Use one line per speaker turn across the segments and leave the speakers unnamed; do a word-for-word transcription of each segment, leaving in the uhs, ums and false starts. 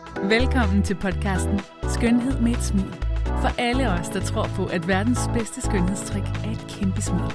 Velkommen til podcasten Skønhed med et smil. For alle os, der tror på, at verdens bedste skønhedstrik er et kæmpe smil.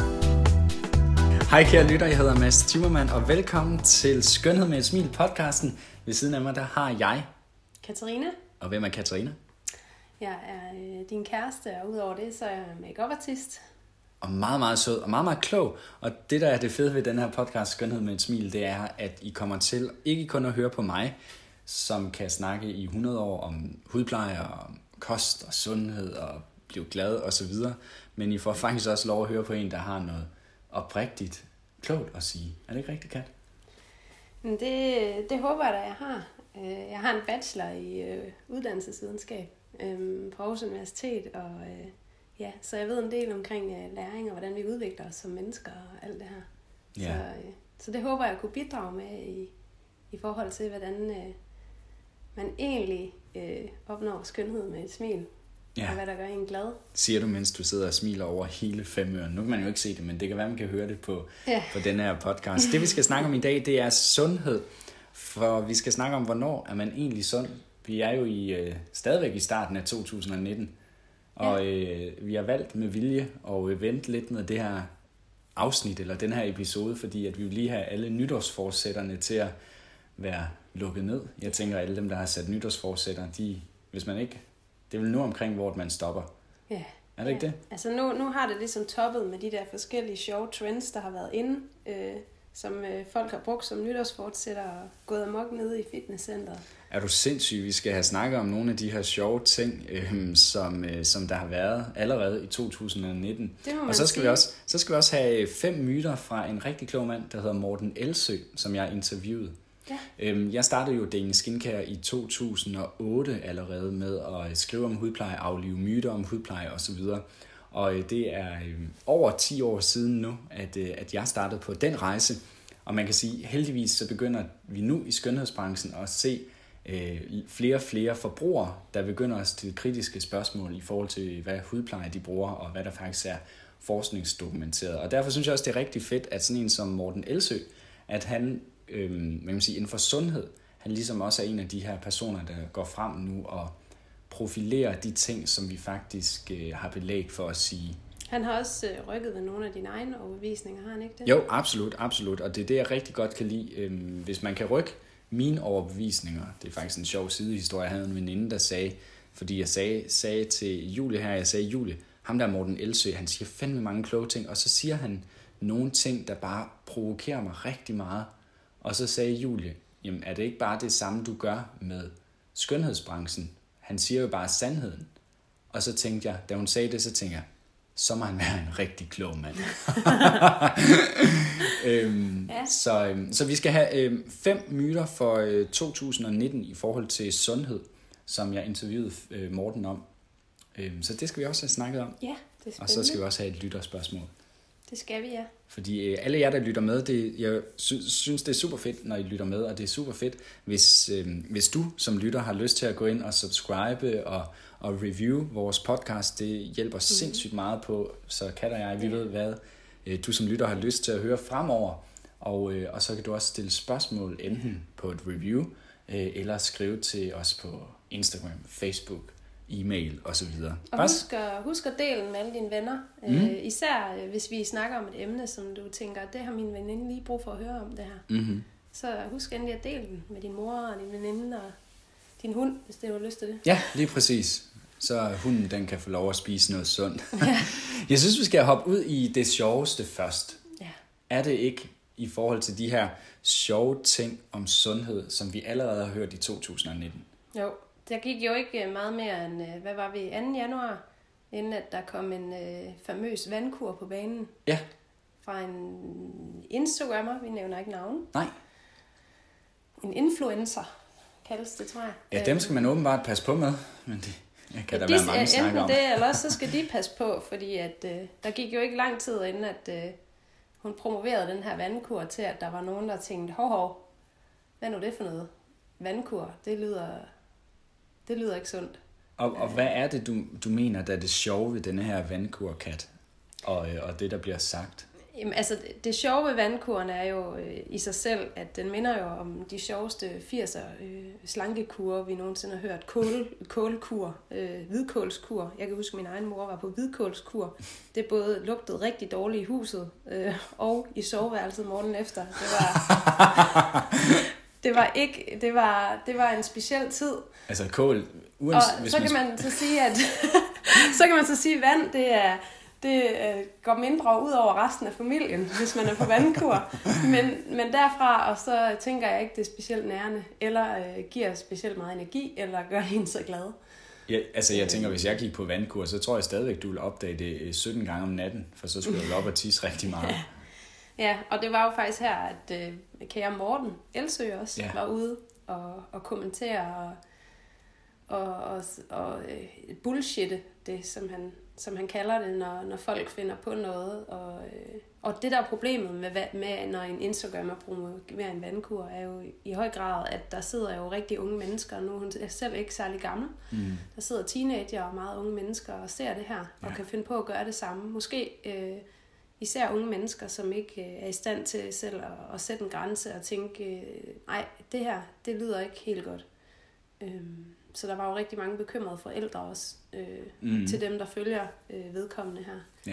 Hej kære lytter, jeg hedder Mads Timmermann, og velkommen til Skønhed med et smil podcasten. Ved siden af mig, der har jeg...
Katarina.
Og hvem er Katarina?
Jeg er øh, din kæreste, og udover det, så er jeg make-up-artist.
Og meget, meget sød og meget, meget klog. Og det, der er det fede ved den her podcast, Skønhed med et smil, det er, at I kommer til ikke kun at høre på mig, som kan snakke i hundrede år om hudpleje og om kost og sundhed og blive glad og så videre. Men I får faktisk også lov at høre på en, der har noget oprigtigt klogt at sige. Er det ikke rigtigt, Kat?
Det, det håber jeg da, jeg har. Jeg har en bachelor i uddannelsesvidenskab på Aarhus Universitet, og ja, så jeg ved en del omkring læring og hvordan vi udvikler os som mennesker og alt det her. Ja. Så, så det håber jeg kunne bidrage med i, i forhold til, hvordan man egentlig øh, opnår skønhed med et smil. Ja. Og hvad der gør en glad.
Siger du, mens du sidder og smiler over hele femøren. Nu kan man jo ikke se det, men det kan være, man kan høre det på, ja. på den her podcast. Det vi skal snakke om i dag, det er sundhed. For vi skal snakke om, hvornår er man egentlig sund. Vi er jo i, øh, stadigvæk i starten af to tusind nitten. Og øh, vi har valgt med vilje at vente lidt med det her afsnit, eller den her episode, fordi at vi vil lige have alle nytårsforsætterne til at være lukket ned. Jeg tænker, at alle dem, der har sat nytårsforsætter, de, hvis man ikke... Det er vel nu omkring, hvor man stopper.
Ja.
Er det ikke
ja.
det?
Altså nu, nu har det ligesom toppet med de der forskellige sjove trends, der har været inde, øh, som øh, folk har brugt som nytårsfortsætter og gået amok nede i fitnesscenteret.
Er du sindssyg? Vi skal have snakket om nogle af de her sjove ting, øh, som, øh, som der har været allerede i to tusind nitten. Og så skal, vi også, så skal vi også have fem myter fra en rigtig klog mand, der hedder Morten Elsø, som jeg interviewede. Ja. Jeg startede jo Danish Skincare i to tusind otte allerede med at skrive om hudpleje, aflive myter om hudpleje osv. Og det er over ti år siden nu, at, at jeg startede på den rejse. Og man kan sige, heldigvis så begynder vi nu i skønhedsbranchen at se øh, flere og flere forbrugere, der begynder at stille kritiske spørgsmål i forhold til, hvad hudpleje de bruger, og hvad der faktisk er forskningsdokumenteret. Og derfor synes jeg også, det er rigtig fedt, at sådan en som Morten Elsø, at han Øhm, man kan sige, inden for sundhed, han ligesom også er en af de her personer, der går frem nu og profilerer de ting, som vi faktisk øh, har belæg for at sige.
Han har også øh, rykket ved nogle af dine egne overbevisninger, har han ikke det?
Jo, absolut, absolut, og det er det, jeg rigtig godt kan lide. Øhm, hvis man kan rykke mine overbevisninger, det er faktisk en sjov sidehistorie, jeg havde en veninde, der sagde, fordi jeg sagde, sagde til Julie her, jeg sagde, Julie, ham der Morten Elsø, han siger fandme mange kloge ting, og så siger han nogle ting, der bare provokerer mig rigtig meget. Og så sagde Julie, jamen er det ikke bare det samme, du gør med skønhedsbranchen? Han siger jo bare sandheden. Og så tænkte jeg, da hun sagde det, så tænkte jeg, så må han være en rigtig klog mand. øhm, ja. så, øhm, så vi skal have øhm, fem myter for øh, to tusind nitten i forhold til sundhed, som jeg interviewede øh, Morten om. Øhm, så det skal vi også have snakket om.
Ja, det er spændende.
Og så skal vi også have et lytterspørgsmål.
Det skal vi, ja.
Fordi øh, alle jer, der lytter med, det, jeg sy- synes, det er super fedt, når I lytter med, og det er super fedt, hvis, øh, hvis du som lytter har lyst til at gå ind og subscribe og, og review vores podcast. Det hjælper mm-hmm. sindssygt meget på, så Kat og jeg, vi ja. ved, hvad øh, du som lytter har lyst til at høre fremover. Og, øh, og så kan du også stille spørgsmål enten på et review, øh, eller skrive til os på Instagram, Facebook, e-mail og så videre.
Og husk at, husk at dele med alle dine venner. Mm. Øh, især øh, hvis vi snakker om et emne, som du tænker, det har min veninde lige brug for at høre om det her. Mm-hmm. Så husk endelig at dele den med din mor og din veninde og din hund, hvis det har lyst til det.
Ja, lige præcis. Så hunden, den kan få lov at spise noget sundt. Ja. Jeg synes, vi skal hoppe ud i det sjoveste først. Ja. Er det ikke i forhold til de her sjove ting om sundhed, som vi allerede har hørt i to tusind nitten?
Jo. Der gik jo ikke meget mere end, hvad var vi, anden januar, inden at der kom en øh, famøs vandkur på banen. Ja. Fra en Instagrammer, vi nævner ikke navn.
Nej.
En influencer, kaldes det, tror jeg.
Ja, dem skal man åbenbart passe på med, men det kan ja, der de, være mange snakke om.
Det, eller også så skal de passe på, fordi at, øh, der gik jo ikke lang tid inden, at øh, hun promoverede den her vandkur til, at der var nogen, der tænkte, hov, hov, hvad er nu det for noget? Vandkur, det lyder... Det lyder ikke sundt.
Og, og hvad er det, du, du mener, der er det sjove ved denne her vandkur, Kat? Og, og det, der bliver sagt?
Jamen, altså, det, det sjove ved vandkuren er jo øh, i sig selv, at den minder jo om de sjoveste firser øh, slankekur, vi nogensinde har hørt. Kål, kålkur, øh, hvidkålskur. Jeg kan huske, at min egen mor var på hvidkålskur. Det både lugtede rigtig dårligt i huset øh, og i soveværelset morgenen efter. Det var, det var ikke, det var, det var en speciel tid.
Altså kål, uans,
og
hvis
så
man...
kan man så sige, at så kan man så sige, at vand, det er det øh, går mindre ud over resten af familien, hvis man er på vandkur. Men, men derfra, og så tænker jeg ikke, det er specielt nærende, eller øh, giver specielt meget energi, eller gør en så glad.
Ja, altså jeg tænker, hvis jeg gik på vandkur, så tror jeg stadigvæk, du ville opdage det sytten gange om natten, for så skulle jeg op og tisse rigtig meget.
Ja, og det var jo faktisk her, at øh, kære Morten Elsø også
ja.
var ude og, og kommentere og, og, og, og øh, bullshitte det, som han, som han kalder det, når, når folk finder på noget. Og, øh, og det der er problemet med, med, når en Instagrammer promoverer en vandkur, er jo i høj grad, at der sidder jo rigtig unge mennesker, nu er hun selv ikke særlig gammel, mm. der sidder teenager og meget unge mennesker og ser det her, ja. og kan finde på at gøre det samme. Måske øh, især unge mennesker, som ikke øh, er i stand til selv at, at sætte en grænse og tænke, nej, øh, det her, det lyder ikke helt godt. Øhm, Så der var jo rigtig mange bekymrede forældre også, øh, mm. til dem, der følger øh, vedkommende her.
Ja.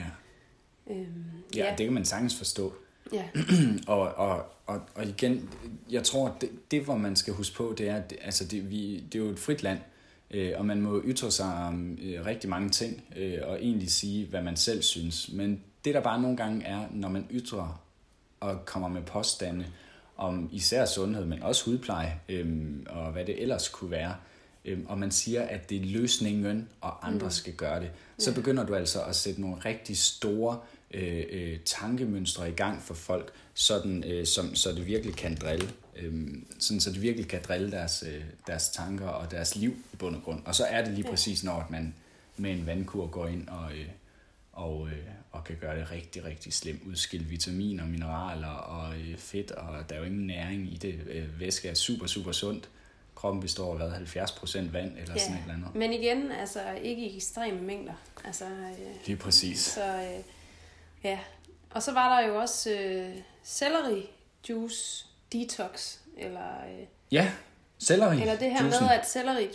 Øhm,
ja,
ja,
det kan man sagtens forstå.
Ja.
og, og, og, og igen, jeg tror, det, det hvor man skal huske på, det er, det, altså det, vi, det er jo et frit land, øh, og man må ytre sig om øh, rigtig mange ting, øh, og egentlig sige, hvad man selv synes. Men det der bare nogle gange er, når man ytrer og kommer med påstande om især sundhed, men også hudpleje, øh, og hvad det ellers kunne være, og man siger, at det er løsningen, og andre mm. skal gøre det, så ja. begynder du altså at sætte nogle rigtig store øh, øh, tankemønstre i gang for folk, sådan, øh, som, så det virkelig kan drille, øh, sådan, så det virkelig kan drille deres, øh, deres tanker og deres liv i bund og grund. Og så er det lige ja. præcis, når man med en vandkur går ind og, øh, og, øh, og kan gøre det rigtig, rigtig slemt. Udskille vitaminer, mineraler og øh, fedt, og der er jo ingen næring i det. Øh, væske er super, super sundt. Kroppen består af hvad, halvfjerds procent vand eller ja, sådan et eller andet.
Men igen, altså ikke i ekstreme mængder. Altså, øh,
Lige præcis.
Så, øh, ja. Og så var der jo også øh, selleri juice detox. Eller, øh,
ja, selleri
Eller det her
juicen.
med, at selleri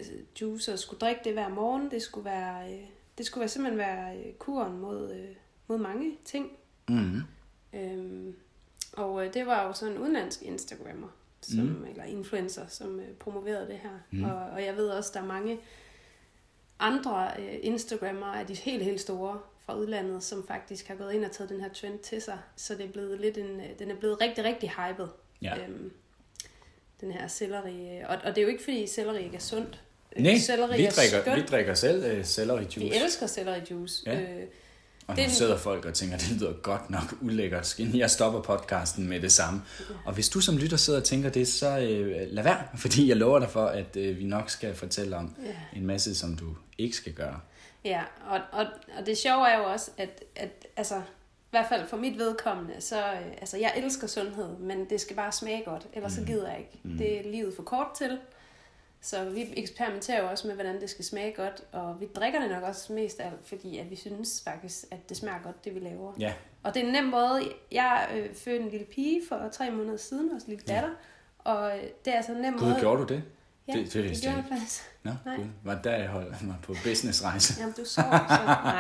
juice skulle drikke det hver morgen. Det skulle være, øh, det skulle være, simpelthen være øh, kuren mod, øh, mod mange ting.
Mm-hmm.
Øhm, og øh, det var jo sådan en udenlandsk Instagrammer. Som, mm. eller influencer, som øh, promoverede det her. Mm. Og, og jeg ved også, der er mange andre øh, Instagrammer af de helt, helt store fra udlandet, som faktisk har gået ind og taget den her trend til sig. Så det er blevet lidt en, øh, den er blevet rigtig, rigtig hyped.
Ja.
Øhm, den her selleri. Og, og det er jo ikke, fordi selleri ikke er sundt.
Nej,
selleri
vi,
er
drikker,
skønt.
vi drikker selv øh, selleri juice.
Vi elsker selleri juice.
Ja.
Øh,
Og nu sidder folk og tænker, det lyder godt nok ulækkert. Skal jeg stopper podcasten med det samme. Ja. Og hvis du som lytter sidder og tænker det, så øh, lad være. Fordi jeg lover dig for, at øh, vi nok skal fortælle om ja. en masse, som du ikke skal gøre.
Ja, og, og, og det sjove er jo også, at, at altså, i hvert fald for mit vedkommende, så øh, altså, jeg elsker sundhed, men det skal bare smage godt. Ellers mm. så gider jeg ikke. Mm. Det er livet for kort til. Så vi eksperimenterer jo også med, hvordan det skal smage godt, og vi drikker det nok også mest af alt, fordi at vi synes faktisk, at det smager godt, det vi laver.
Ja.
Og det er en nem måde. Jeg øh, fødte en lille pige for tre måneder siden, vores lille datter, ja. og øh, det er altså en nem
Gud,
måde.
gjorde du det?
Ja,
det, det,
det gjorde jeg faktisk.
Nå, Gud. Var det der, jeg holdt mig på businessrejse?
Jamen, du sov, så nej.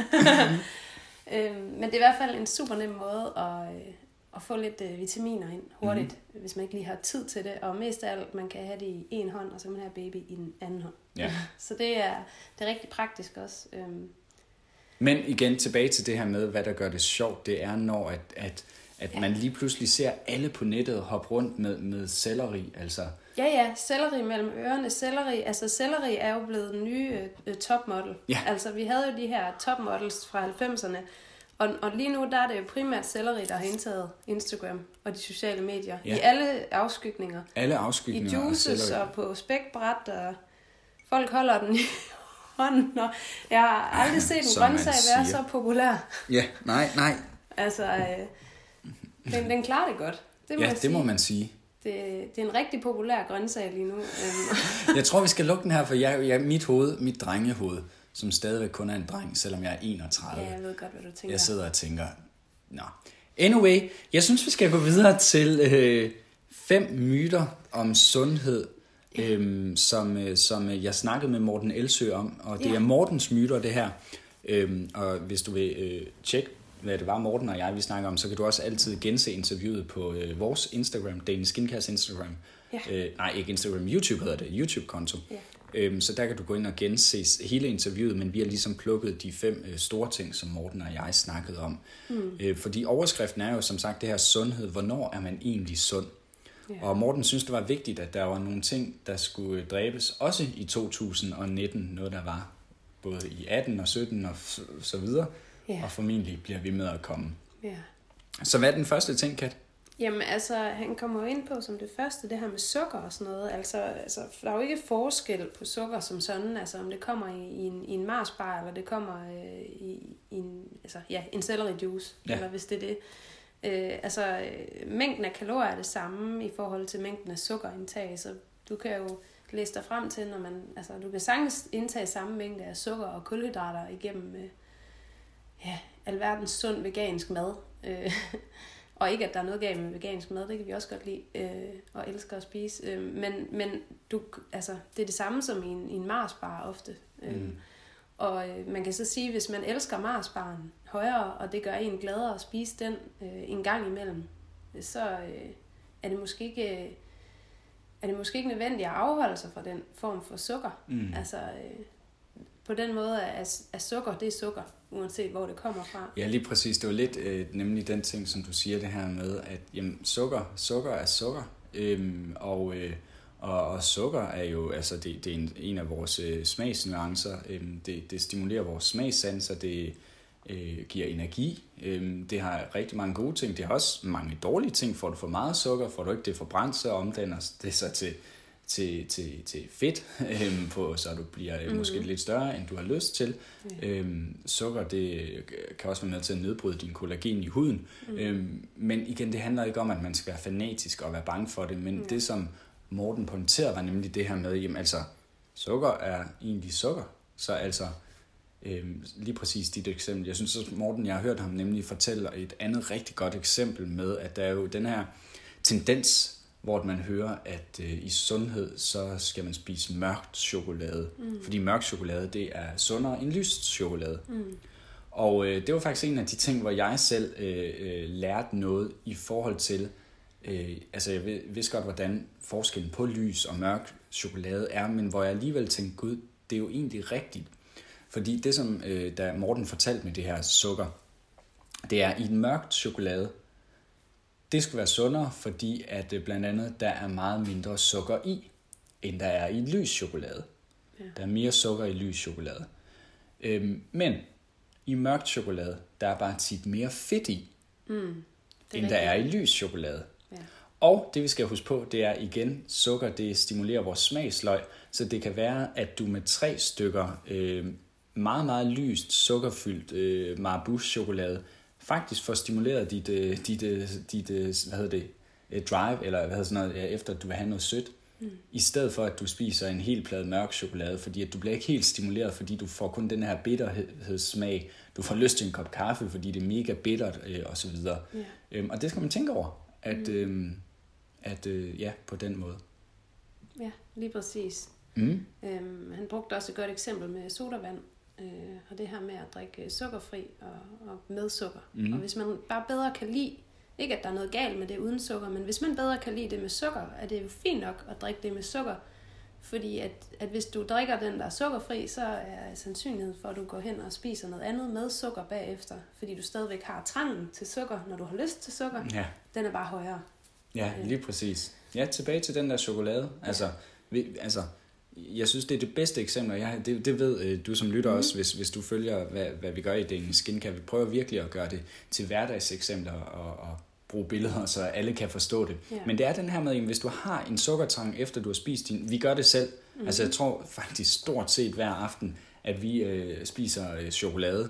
øhm, men det er i hvert fald en super nem måde at... Øh, og få lidt øh, vitaminer ind hurtigt, mm. hvis man ikke lige har tid til det. Og mest af alt, man kan have det i en hånd, og så kan man have baby i den anden hånd.
Ja.
Så det er, det er rigtig praktisk også. Øhm.
Men igen, tilbage til det her med, hvad der gør det sjovt, det er, når at, at, at ja. man lige pludselig ser alle på nettet hoppe rundt med, med selleri. Altså.
Ja, ja, selleri mellem ørerne. Selleri, altså selleri er jo blevet den nye øh, topmodel.
Ja.
Altså, vi havde jo de her topmodels fra halvfemserne, Og, og lige nu, der er det jo primært selleri, der har indtaget Instagram og de sociale medier. Ja. I alle afskygninger.
Alle afskygninger.
I juices og på spækbræt, og folk holder den i hånden. Og jeg har aldrig set en grøntsag være så populær.
Ja, nej, nej.
Altså, øh, den, den klarer det godt. Det må
ja,
jeg
det
sige.
må man sige.
Det, det er en rigtig populær grøntsag lige nu.
Jeg tror, vi skal lukke den her, for jeg, jeg, mit hoved, mit drengehoved, som stadigvæk kun er en dreng, selvom jeg er enogtredive.
Ja, jeg ved godt, hvad du tænker.
Jeg sidder og tænker, nå. Anyway, jeg synes, vi skal gå videre til øh, fem myter om sundhed, ja. øhm, som, som jeg snakkede med Morten Elsø om, og det ja. er Mortens myter, det her. Øhm, og hvis du vil øh, tjekke, hvad det var Morten og jeg, vi snakker om, så kan du også altid gense interviewet på øh, vores Instagram, Danish Skincares Instagram. Ja. Øh, nej, ikke Instagram, YouTube hedder det, YouTube-konto. Ja. Øhm, så der kan du gå ind og gense hele interviewet, men vi har ligesom plukket de fem øh, store ting, som Morten og jeg snakkede om. Mm. Øh, fordi overskriften er jo som sagt det her sundhed. Hvornår er man egentlig sund? Ja. Og Morten synes, det var vigtigt, at der var nogle ting, der skulle dræbes, også i to tusind nitten, noget der var både i atten og sytten og så videre, ja. Og formentlig bliver vi med at komme. Ja. Så hvad er den første ting, Kat?
Jamen altså, han kommer jo ind på som det første, det her med sukker og sådan noget. Altså, altså der er jo ikke forskel på sukker som sådan, altså om det kommer i, i, en, i en Mars-bar, eller det kommer øh, i, i en, altså, ja, en celery-juice, ja. Eller hvis det er det. Øh, altså, mængden af kalorier er det samme i forhold til mængden af sukkerindtag, så du kan jo læse dig frem til, når man, altså du kan sagtens indtage samme mængde af sukker og kulhydrater igennem øh, ja, alverdens sund vegansk mad. Øh, og ikke, at der er noget galt med vegansk mad, det kan vi også godt lide øh, og elsker at spise. Øh, men men du, altså, det er det samme som i en, i en Mars-bar ofte. Øh, mm. Og øh, man kan så sige, hvis man elsker Mars-baren højere, og det gør en gladere at spise den øh, en gang imellem, så øh, er det måske ikke... Øh, er det måske ikke nødvendigt at afholde sig fra den form for sukker. Mm. Altså, øh, på den måde er, er sukker, det er sukker, uanset hvor det kommer fra.
Ja, lige præcis. Det var lidt øh, nemlig den ting, som du siger det her med, at jamen, sukker, sukker er sukker. Øhm, og, øh, og, og sukker er jo, altså det, det er en, en af vores øh, smagsnuancer. Øhm, det, det stimulerer vores smagssanser, det øh, giver energi. Øhm, det har rigtig mange gode ting. Det har også mange dårlige ting. Får du for meget sukker, får du ikke det forbrændt, så omdanner det sig til, til, til, til fedt, øhm, på, så du bliver øh, måske mm. lidt større, end du har lyst til. Mm. Øhm, sukker, det kan også være med til at nedbryde din kollagen i huden. Mm. Øhm, men igen, det handler ikke om, at man skal være fanatisk og være bange for det, men mm. det, som Morten pointerede, var nemlig det her med, jamen altså, sukker er egentlig sukker. Så altså, Øhm, lige præcis dit eksempel. Jeg synes også, Morten, jeg har hørt ham nemlig fortælle et andet rigtig godt eksempel med, at der er jo den her tendens, hvor man hører, at øh, i sundhed, så skal man spise mørkt chokolade. Mm. Fordi mørk chokolade, det er sundere end lyst chokolade. Mm. Og øh, det var faktisk en af de ting, hvor jeg selv øh, øh, lærte noget i forhold til, øh, altså jeg vidste godt, hvordan forskellen på lys og mørk chokolade er, men hvor jeg alligevel tænkte, gud, det er jo egentlig rigtigt. Fordi det, som øh, da Morten fortalte med det her sukker, det er i en mørkt chokolade, det skal være sundere, fordi at øh, blandt andet der er meget mindre sukker i, end der er i lys chokolade. Ja. Der er mere sukker i lys chokolade. Øhm, men i mørkt chokolade, der er bare tit mere fedt i, mm, end der er i lys chokolade. Ja. Og det vi skal huske på, det er igen, sukker det stimulerer vores smagsløg, så det kan være, at du med tre stykker øh, meget, meget lyst, sukkerfyldt øh, Marabou-chokolade faktisk får stimuleret dit, øh, dit, øh, dit øh, hvad hedder det, øh, drive, eller hvad hedder sådan noget, ja, efter at du vil have noget sødt, mm. i stedet for at du spiser en hel plade mørk chokolade, fordi at du bliver ikke helt stimuleret, fordi du får kun den her bitterhedssmag. Du får lyst til en kop kaffe, fordi det er mega bittert, øh, og så videre. Yeah. Øhm, og det skal man tænke over, at, mm. øh, at øh, ja, på den måde.
Ja, lige præcis. Mm. Øhm, han brugte også et godt eksempel med sodavand, øh, og det her med at drikke sukkerfri og, og med sukker. Mm. Og hvis man bare bedre kan lide, ikke at der er noget galt med det uden sukker, men hvis man bedre kan lide det med sukker, er det jo fint nok at drikke det med sukker. Fordi at, at hvis du drikker den, der er sukkerfri, så er sandsynligheden for, at du går hen og spiser noget andet med sukker bagefter, fordi du stadigvæk har trangen til sukker, når du har lyst til sukker, ja. Den er bare højere.
Ja, lige præcis. Ja, tilbage til den der chokolade. Ja. Altså, vi, altså, jeg synes, det er det bedste eksempel. Jeg, det, det ved du som lytter mm. også, hvis, hvis du følger, hvad, hvad vi gør i Danish Skincare. Vi prøver virkelig at gøre det til hverdagseksempler og, og bruge billeder, så alle kan forstå det. Ja. Men det er den her med, hvis du har en sukkertrang, efter du har spist din... Vi gør det selv. Mm. Altså, jeg tror faktisk stort set hver aften, at vi øh, spiser øh, chokolade.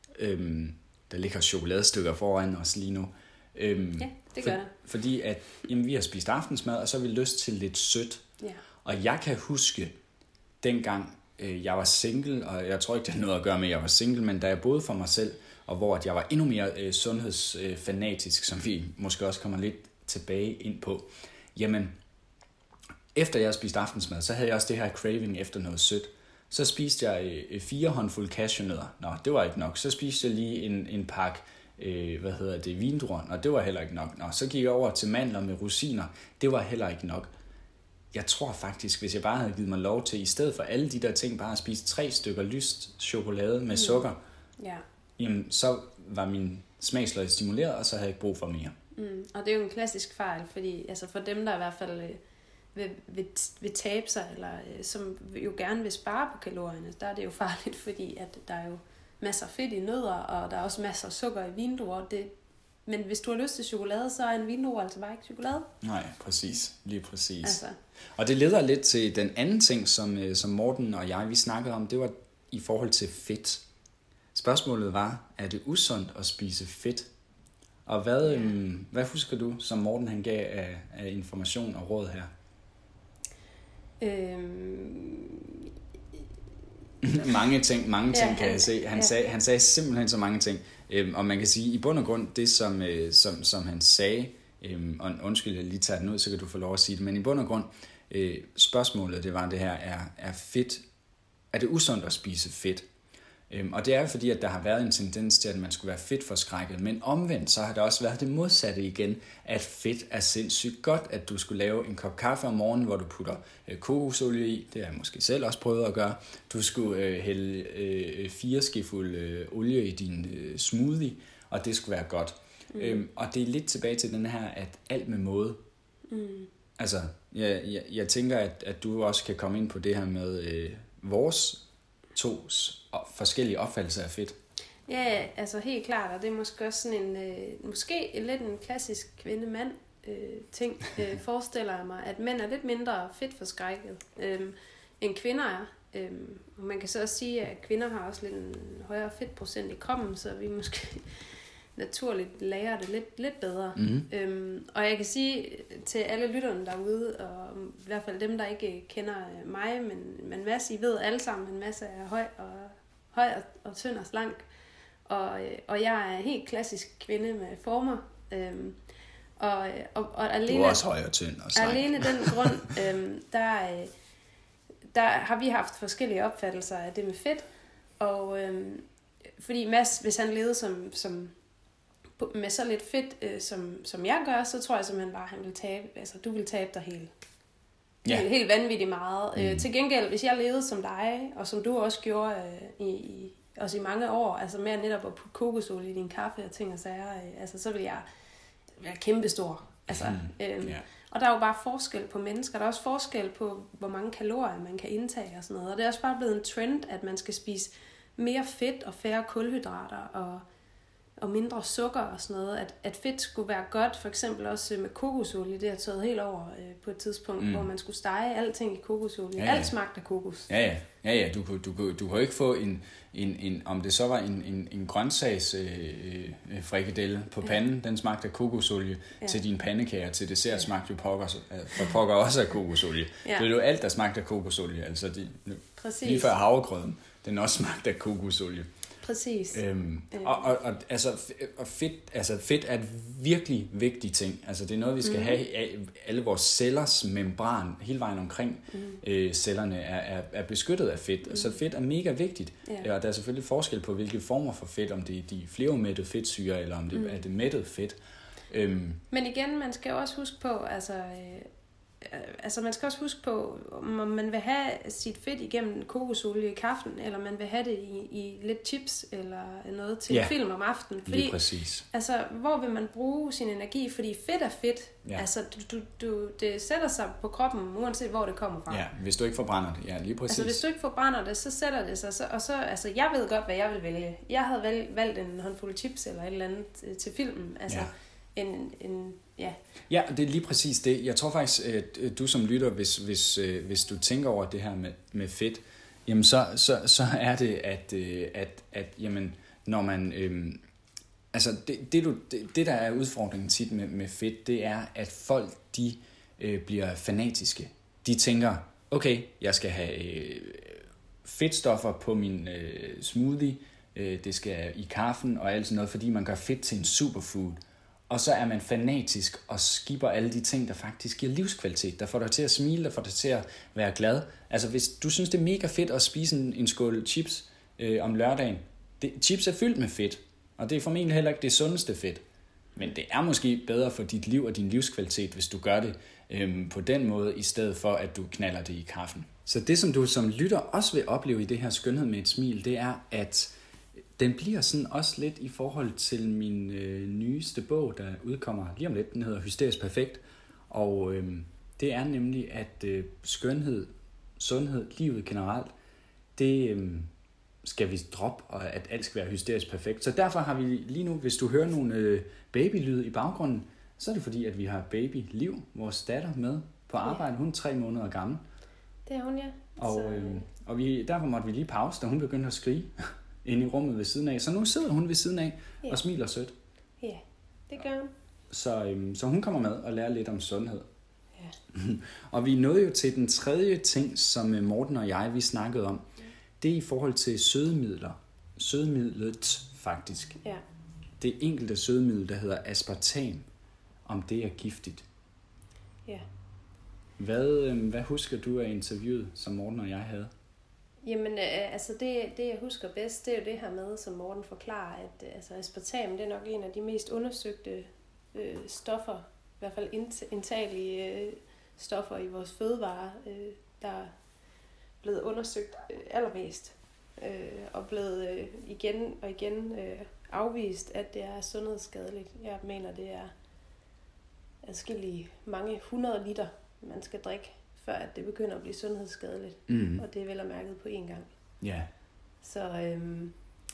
Øhm, der ligger chokoladestykker foran os lige nu. Øhm,
ja, det gør
for,
det.
Fordi at, jamen, vi har spist aftensmad, og så har vi lyst til lidt sødt. Ja. Og jeg kan huske, dengang øh, jeg var single, og jeg tror ikke, det har noget at gøre med, at jeg var single, men da jeg boede for mig selv, og hvor at jeg var endnu mere øh, sundhedsfanatisk, øh, som vi måske også kommer lidt tilbage ind på, jamen, efter jeg spiste aftensmad, så havde jeg også det her craving efter noget sødt. Så spiste jeg øh, fire håndfulde cashewnødder. Nå, det var ikke nok. Så spiste jeg lige en, en pakke, øh, hvad hedder det, vindruer. Nå, det var heller ikke nok. Nå, så gik jeg over til mandler med rosiner. Det var heller ikke nok. Jeg tror faktisk, hvis jeg bare havde givet mig lov til, i stedet for alle de der ting, bare at spise tre stykker lyst chokolade med sukker,
mm. ja.
jamen, så var min smagsløg stimuleret, og så havde jeg ikke brug for mere.
Mm. Og det er jo en klassisk fejl, fordi altså for dem, der i hvert fald øh, vil, vil, vil tabe sig, eller øh, som jo gerne vil spare på kalorierne, der er det jo farligt, fordi at der er jo masser af fedt i nødder, og der er også masser af sukker i vindruer. Det, men hvis du har lyst til chokolade, så er en vindrue altså bare ikke chokolade.
Nej, præcis. Lige præcis.
Altså.
Og det leder lidt til den anden ting, som, som Morten og jeg, vi snakkede om, det var i forhold til fedt. Spørgsmålet var, er det usundt at spise fedt? Og hvad, ja. øhm, hvad husker du, som Morten han gav af, af information og råd her?
Øhm...
mange ting, mange ting
ja,
kan jeg se. Han, ja. sagde, han sagde simpelthen så mange ting. Øhm, og man kan sige, i bund og grund, det som, øh, som, som han sagde, øhm, og undskyld, jeg lige tager den ud, så kan du få lov at sige det, men i bund og grund, øh, spørgsmålet, det var det her, er, er fedt, er det usundt at spise fedt? Øhm, og det er jo fordi, at der har været en tendens til, at man skulle være fedtforskrækket, men omvendt, så har der også været det modsatte igen, at fedt er sindssygt godt, at du skulle lave en kop kaffe om morgenen, hvor du putter øh, kokosolie i, det har jeg måske selv også prøvet at gøre, du skulle øh, hælde øh, fire skefulde øh, olie i din øh, smoothie, og det skulle være godt. Mm. Øhm, og det er lidt tilbage til den her, at alt med måde. Mm. Altså, jeg, jeg, jeg tænker, at, at du også kan komme ind på det her med øh, vores tos forskellige opfattelser af fedt.
Ja, altså helt klart, og det er måske også sådan en, øh, måske lidt en klassisk kvinde-mand øh, ting, øh, forestiller jeg mig, at mænd er lidt mindre fedtforskrækket, øh, end kvinder er. Øh, og man kan så også sige, at kvinder har også lidt en højere fedtprocent i kroppen, så vi måske naturligt lærer det lidt, lidt bedre. Mm-hmm. Øhm, og jeg kan sige til alle lytterne derude, og i hvert fald dem, der ikke kender mig, men, men Mads, I ved alle sammen, at Mads er høj og, høj og, og tynd og slank. Og, og jeg er en helt klassisk kvinde med former. Øhm, og, og, og alene,
du er også høj og tynd og slank.
Alene den grund, øhm, der, der har vi haft forskellige opfattelser af det med fedt. Og øhm, fordi Mads, hvis han levede som... som med så lidt fedt, øh, som, som jeg gør, så tror jeg simpelthen bare, at han vil tabe, altså du vil tabe dig helt, ja. helt, helt vanvittigt meget. Mm. Øh, til gengæld, hvis jeg levede som dig, og som du også gjorde øh, i, i, også i mange år, altså med netop at putte kokosolie i din kaffe og ting og sager, øh, altså så vil jeg være kæmpestor. Altså, mm. øh, yeah. Og der er jo bare forskel på mennesker, der er også forskel på, hvor mange kalorier man kan indtage og sådan noget, og det er også bare blevet en trend, at man skal spise mere fedt og færre kulhydrater og og mindre sukker og sådan noget, at, at fedt skulle være godt, for eksempel også med kokosolie, det har taget helt over øh, på et tidspunkt, mm. hvor man skulle stege alting i kokosolie. Ja, ja. Alt smagte af kokos.
Ja, ja. ja, ja. Du, du, du, du kan ikke få en, en, en, om det så var en, en, en grøntsags øh, øh, frikadelle på panden, ja. Den smagte af kokosolie, ja. Til din pandekager, til dessert ja. Smagte jo pokker, for pokker også af kokosolie. Ja. Det er jo alt, der smagte af kokosolie, altså de, lige før havregrøden, den også smagte af kokosolie.
Præcis.
Øhm, og, og, og, altså, og fedt, altså fedt er et virkelig vigtig ting. Altså det er noget, vi skal mm. have alle vores cellers membran hele vejen omkring mm. øh, cellerne er, er, er beskyttet af fedt. Mm. Så fedt er mega vigtigt. Yeah. Og der er selvfølgelig forskel på, hvilke former for fedt, om det er de fleromættede fedtsyrer, eller om det mm. er det mættede fedt. Øhm.
Men igen, man skal også huske på, altså... Øh Altså man skal også huske på, om man vil have sit fedt igennem kokosolie i kaffen, eller man vil have det i, i lidt chips eller noget til ja, film om aftenen. Fordi,
lige præcis.
Altså, hvor vil man bruge sin energi? Fordi fedt er fedt. Ja. Altså, du, du, du, det sætter sig på kroppen, uanset hvor det kommer fra.
Ja, hvis du ikke forbrænder det. Ja, lige præcis.
Altså, hvis du ikke forbrænder det, så sætter det sig. Så, og så, altså, jeg ved godt, hvad jeg vil vælge. Jeg havde valgt, valgt en håndfuld chips eller et eller andet til filmen. Altså, ja. En, en, ja.
ja, det er lige præcis det. Jeg tror faktisk, at du som lytter, hvis, hvis, hvis du tænker over det her med, med fedt, jamen så, så, så er det, at, at, at jamen, når man... Øhm, altså det, det, du, det, det, der er udfordringen tit med, med fedt, det er, at folk de øh, bliver fanatiske. De tænker, okay, jeg skal have øh, fedtstoffer på min øh, smoothie, øh, det skal i kaffen og alt sådan noget, fordi man gør fedt til en superfood. Og så er man fanatisk og skipper alle de ting, der faktisk giver livskvalitet, der får dig til at smile, der får dig til at være glad. Altså hvis du synes, det er mega fedt at spise en, en skål chips øh, om lørdagen, det, chips er fyldt med fedt, og det er formentlig heller ikke det sundeste fedt. Men det er måske bedre for dit liv og din livskvalitet, hvis du gør det øhm, på den måde, i stedet for at du knaller det i kaffen. Så det, som du som lytter også vil opleve i det her Skønhed med et smil, det er, at den bliver sådan også lidt i forhold til min øh, nyeste bog, der udkommer lige om lidt. Den hedder Hysterisk Perfekt. Og øh, det er nemlig, at øh, skønhed, sundhed, livet generelt, det øh, skal vi droppe, og at alt skal være hysterisk perfekt. Så derfor har vi lige nu, hvis du hører nogle øh, babylyde i baggrunden, så er det fordi, at vi har baby Liv, vores datter, med på arbejde. Hun er tre måneder gammel.
Det er hun, ja.
Og, øh, og vi, derfor måtte vi lige pause, da hun begyndte at skrige inde i rummet ved siden af. Så nu sidder hun ved siden af yeah. og smiler sødt.
Ja, yeah, det gør hun.
Så, øhm, så hun kommer med og lærer lidt om sundhed. Yeah. Og vi nåede jo til den tredje ting, som Morten og jeg vi snakkede om. Mm. Det er i forhold til sødemidler. Sødemidlet faktisk.
Ja. Yeah.
Det enkelte sødemiddel, der hedder aspartam, om det er giftigt.
Ja. Yeah.
Hvad, øhm, hvad husker du af interviewet, som Morten og jeg havde?
Jamen, øh, altså det, det jeg husker bedst, det er jo det her med, som Morten forklarer, at øh, altså aspartam, det er nok en af de mest undersøgte øh, stoffer, i hvert fald indtagelige øh, stoffer i vores fødevarer, øh, der er blevet undersøgt øh, allermest, øh, og blevet øh, igen og igen øh, afvist, at det er sundhedsskadeligt. Jeg mener, det er adskillige mange hundrede liter, man skal drikke, før at det begynder at blive sundhedsskadeligt. Mm. Og det er vel at mærket på én gang.
Ja. Yeah.
Så, øhm,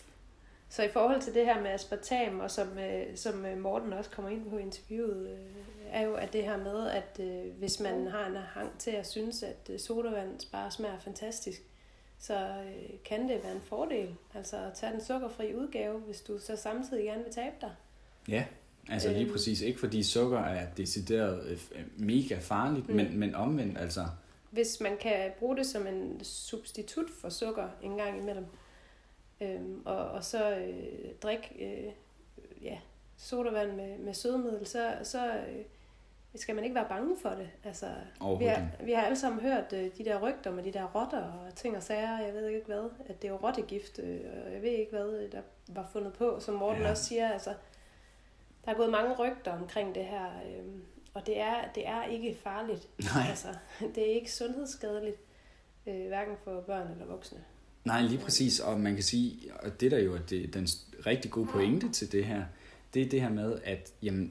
så i forhold til det her med aspartam, og som, øh, som Morten også kommer ind på interviewet, øh, er jo at det her med, at øh, hvis man har en hang til at synes, at øh, sodavand bare smager fantastisk, så øh, kan det være en fordel. Altså at tage den sukkerfri udgave, hvis du så samtidig gerne vil tabe dig.
Ja, altså lige præcis. Ikke fordi sukker er decideret øh, mega farligt, mm. men, men omvendt altså.
Hvis man kan bruge det som en substitut for sukker en gang imellem, øhm, og, og så øh, drikke øh, ja, sodavand med, med sødemiddel, så, så øh, skal man ikke være bange for det. Altså, vi, har, vi har alle sammen hørt øh, de der rygter med de der rotter og ting og sager, jeg ved ikke hvad, at det er jo rottegift, øh, og jeg ved ikke hvad, der var fundet på, som Morten ja. også siger, altså, der er gået mange rygter omkring det her, øh, og det er, det er ikke farligt.
Nej.
Altså, det er ikke sundhedsskadeligt, øh, hverken for børn eller voksne.
Nej, lige præcis, og man kan sige, og det der jo er det, den rigtig gode pointe til det her, det er det her med, at jamen,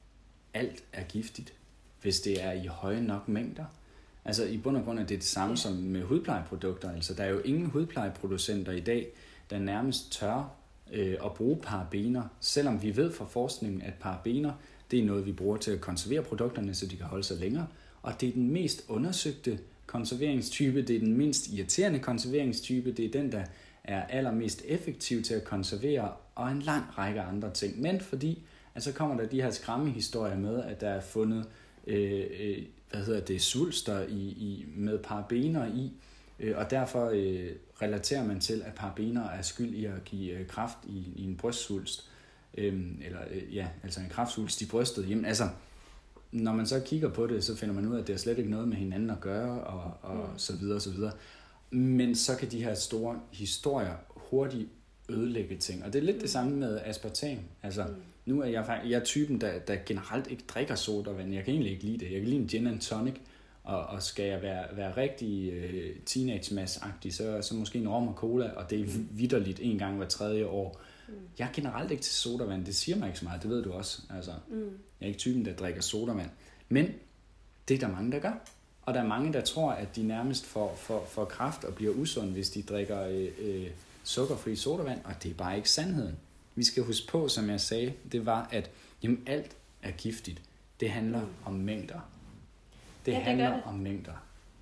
alt er giftigt, hvis det er i høje nok mængder. Altså i bund og grund er det det samme ja. som med hudplejeprodukter. Altså der er jo ingen hudplejeproducenter i dag, der nærmest tør øh, at bruge parabener, selvom vi ved fra forskningen, at parabener, det er noget, vi bruger til at konservere produkterne, så de kan holde sig længere. Og det er den mest undersøgte konserveringstype, det er den mindst irriterende konserveringstype, det er den, der er allermest effektiv til at konservere, og en lang række andre ting. Men fordi, at så kommer der de her skræmmehistorier med, at der er fundet øh, øh, hvad hedder det, svulster i, i, med parabener i, øh, og derfor øh, relaterer man til, at parabener er skyld i at give øh, kræft i, i en brystsvulst, øh, eller øh, ja, altså en kræftsvulst i brystet. Jamen altså, når man så kigger på det, så finder man ud af, at det har slet ikke noget med hinanden at gøre, og, og mm. så videre, og så videre. Men så kan de her store historier hurtigt ødelægge ting. Og det er lidt mm. det samme med aspartam. Altså, mm. nu er jeg faktisk, jeg er typen, der, der generelt ikke drikker sodavand. Jeg kan egentlig ikke lide det. Jeg kan lide en gin and tonic, og, og skal jeg være, være rigtig øh, teenage-mass-agtig, så, så måske en rom og cola, og det er vitterligt en gang hver tredje år. Mm. Jeg er generelt ikke til sodavand. Det siger mig ikke så meget, det ved du også. Altså, mm. Jeg er ikke typen, der drikker sodavand. Men det er der mange, der gør. Og der er mange, der tror, at de nærmest får, får, får kræft og bliver usund, hvis de drikker øh, øh, sukkerfri sodavand, og det er bare ikke sandheden. Vi skal huske på, som jeg sagde, det var, at jamen, alt er giftigt. Det handler mm. om mængder. Det, ja, det handler det. om mængder.